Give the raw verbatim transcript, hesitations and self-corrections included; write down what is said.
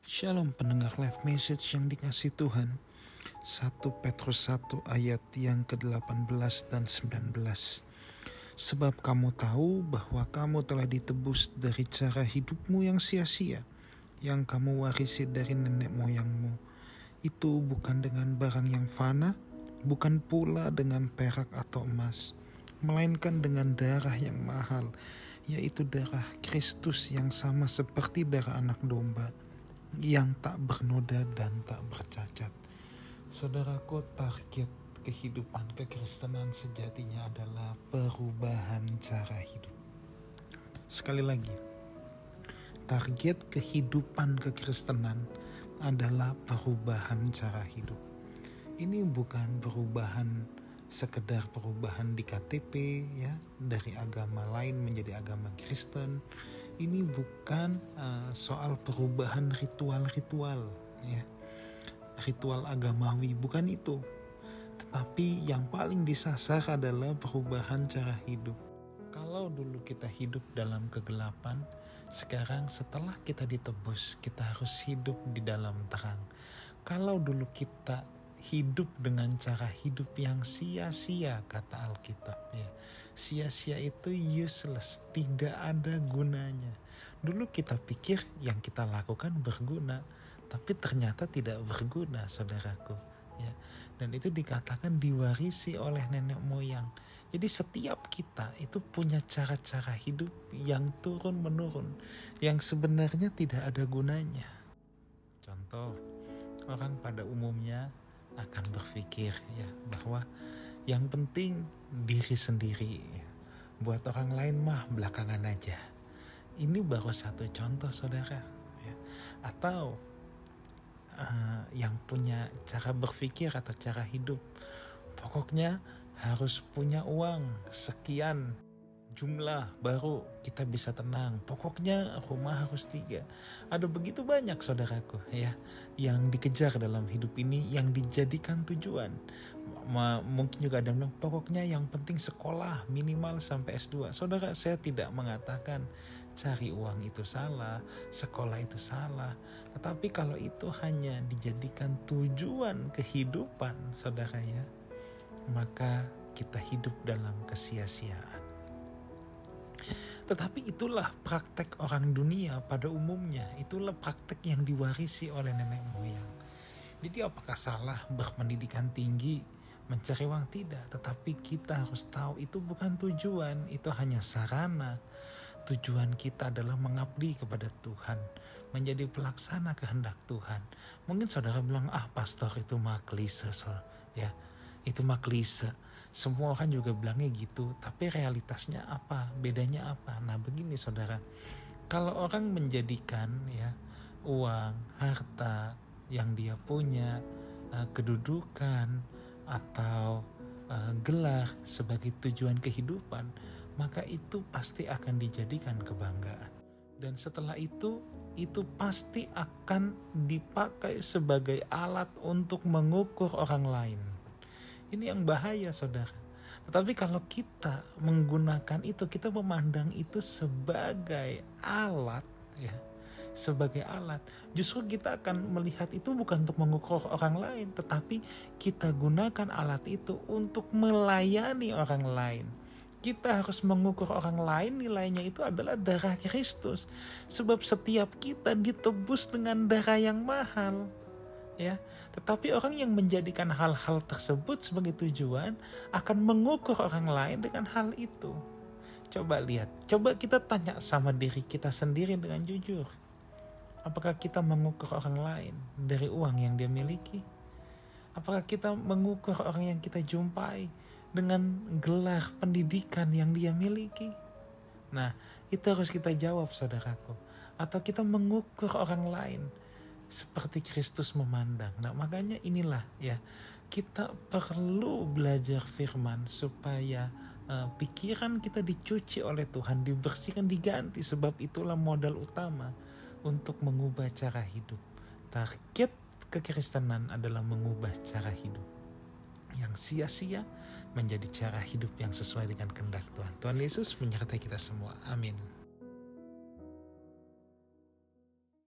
Shalom pendengar live message yang dikasih Tuhan. satu Petrus satu ayat yang ke-delapan belas dan sembilan belas. Sebab kamu tahu bahwa kamu telah ditebus dari cara hidupmu yang sia-sia, yang kamu warisi dari nenek moyangmu. Itu bukan dengan barang yang fana, bukan pula dengan perak atau emas, melainkan dengan darah yang mahal, yaitu darah Kristus yang sama seperti darah anak domba, yang tak bernoda dan tak bercacat. Saudaraku, target kehidupan kekristenan sejatinya adalah perubahan cara hidup. Sekali lagi, target kehidupan kekristenan adalah perubahan cara hidup. Ini bukan perubahan sekedar perubahan di K T P ya, dari agama lain menjadi agama Kristen. Ini bukan uh, soal perubahan ritual-ritual ya, ritual agamawi, bukan itu. Tetapi yang paling disasar adalah perubahan cara hidup. Kalau dulu kita hidup dalam kegelapan, sekarang setelah kita ditebus, kita harus hidup di dalam terang. Kalau dulu kita hidup dengan cara hidup yang sia-sia, kata Alkitab ya. Sia-sia itu useless, tidak ada gunanya. Dulu kita pikir yang kita lakukan berguna, tapi ternyata tidak berguna, saudaraku ya. Dan itu dikatakan diwarisi oleh nenek moyang. Jadi setiap kita itu punya cara-cara hidup yang turun menurun, yang sebenarnya tidak ada gunanya. Contoh, orang pada umumnya akan berpikir ya bahwa yang penting diri sendiri, buat orang lain mah belakangan aja. Ini baru satu contoh, saudara ya. Atau uh, yang punya cara berpikir atau cara hidup, pokoknya harus punya uang sekian jumlah baru kita bisa tenang. Pokoknya rumah harus tiga. Ada begitu banyak, saudaraku ya, yang dikejar dalam hidup ini, yang dijadikan tujuan. M- mungkin juga ada yang bilang pokoknya yang penting sekolah minimal sampai S dua. Saudara, saya tidak mengatakan cari uang itu salah, sekolah itu salah. Tetapi kalau itu hanya dijadikan tujuan kehidupan, saudara ya, maka kita hidup dalam kesia-siaan. Tetapi itulah praktek orang dunia pada umumnya. Itulah praktek yang diwarisi oleh nenek moyang. Jadi apakah salah berpendidikan tinggi, mencari uang? Tidak. Tetapi kita harus tahu itu bukan tujuan, itu hanya sarana. Tujuan kita adalah mengabdi kepada Tuhan, menjadi pelaksana kehendak Tuhan. Mungkin saudara bilang, ah pastor itu mah klise, ya, itu mah klise. Semua orang juga bilangnya gitu, tapi realitasnya apa? Bedanya apa? Nah begini, saudara, kalau orang menjadikan ya uang, harta yang dia punya, kedudukan atau uh, gelar sebagai tujuan kehidupan, maka itu pasti akan dijadikan kebanggaan. Dan setelah itu, itu pasti akan dipakai sebagai alat untuk mengukur orang lain. Ini yang bahaya, saudara. Tetapi kalau kita menggunakan itu, kita memandang itu sebagai alat ya, sebagai alat, justru kita akan melihat itu bukan untuk mengukur orang lain, tetapi kita gunakan alat itu untuk melayani orang lain. Kita harus mengukur orang lain, nilainya itu adalah darah Kristus. Sebab setiap kita ditebus dengan darah yang mahal ya. Tetapi orang yang menjadikan hal-hal tersebut sebagai tujuan akan mengukur orang lain dengan hal itu. Coba lihat, coba kita tanya sama diri kita sendiri dengan jujur. Apakah kita mengukur orang lain dari uang yang dia miliki? Apakah kita mengukur orang yang kita jumpai dengan gelar pendidikan yang dia miliki? Nah, itu harus kita jawab, saudaraku. Atau kita mengukur orang lain seperti Kristus memandang. Nah makanya inilah ya, kita perlu belajar firman supaya uh, pikiran kita dicuci oleh Tuhan, dibersihkan, diganti. Sebab itulah modal utama untuk mengubah cara hidup. Target kekristenan adalah mengubah cara hidup yang sia-sia menjadi cara hidup yang sesuai dengan kehendak Tuhan. Tuhan Yesus menyertai kita semua. Amin.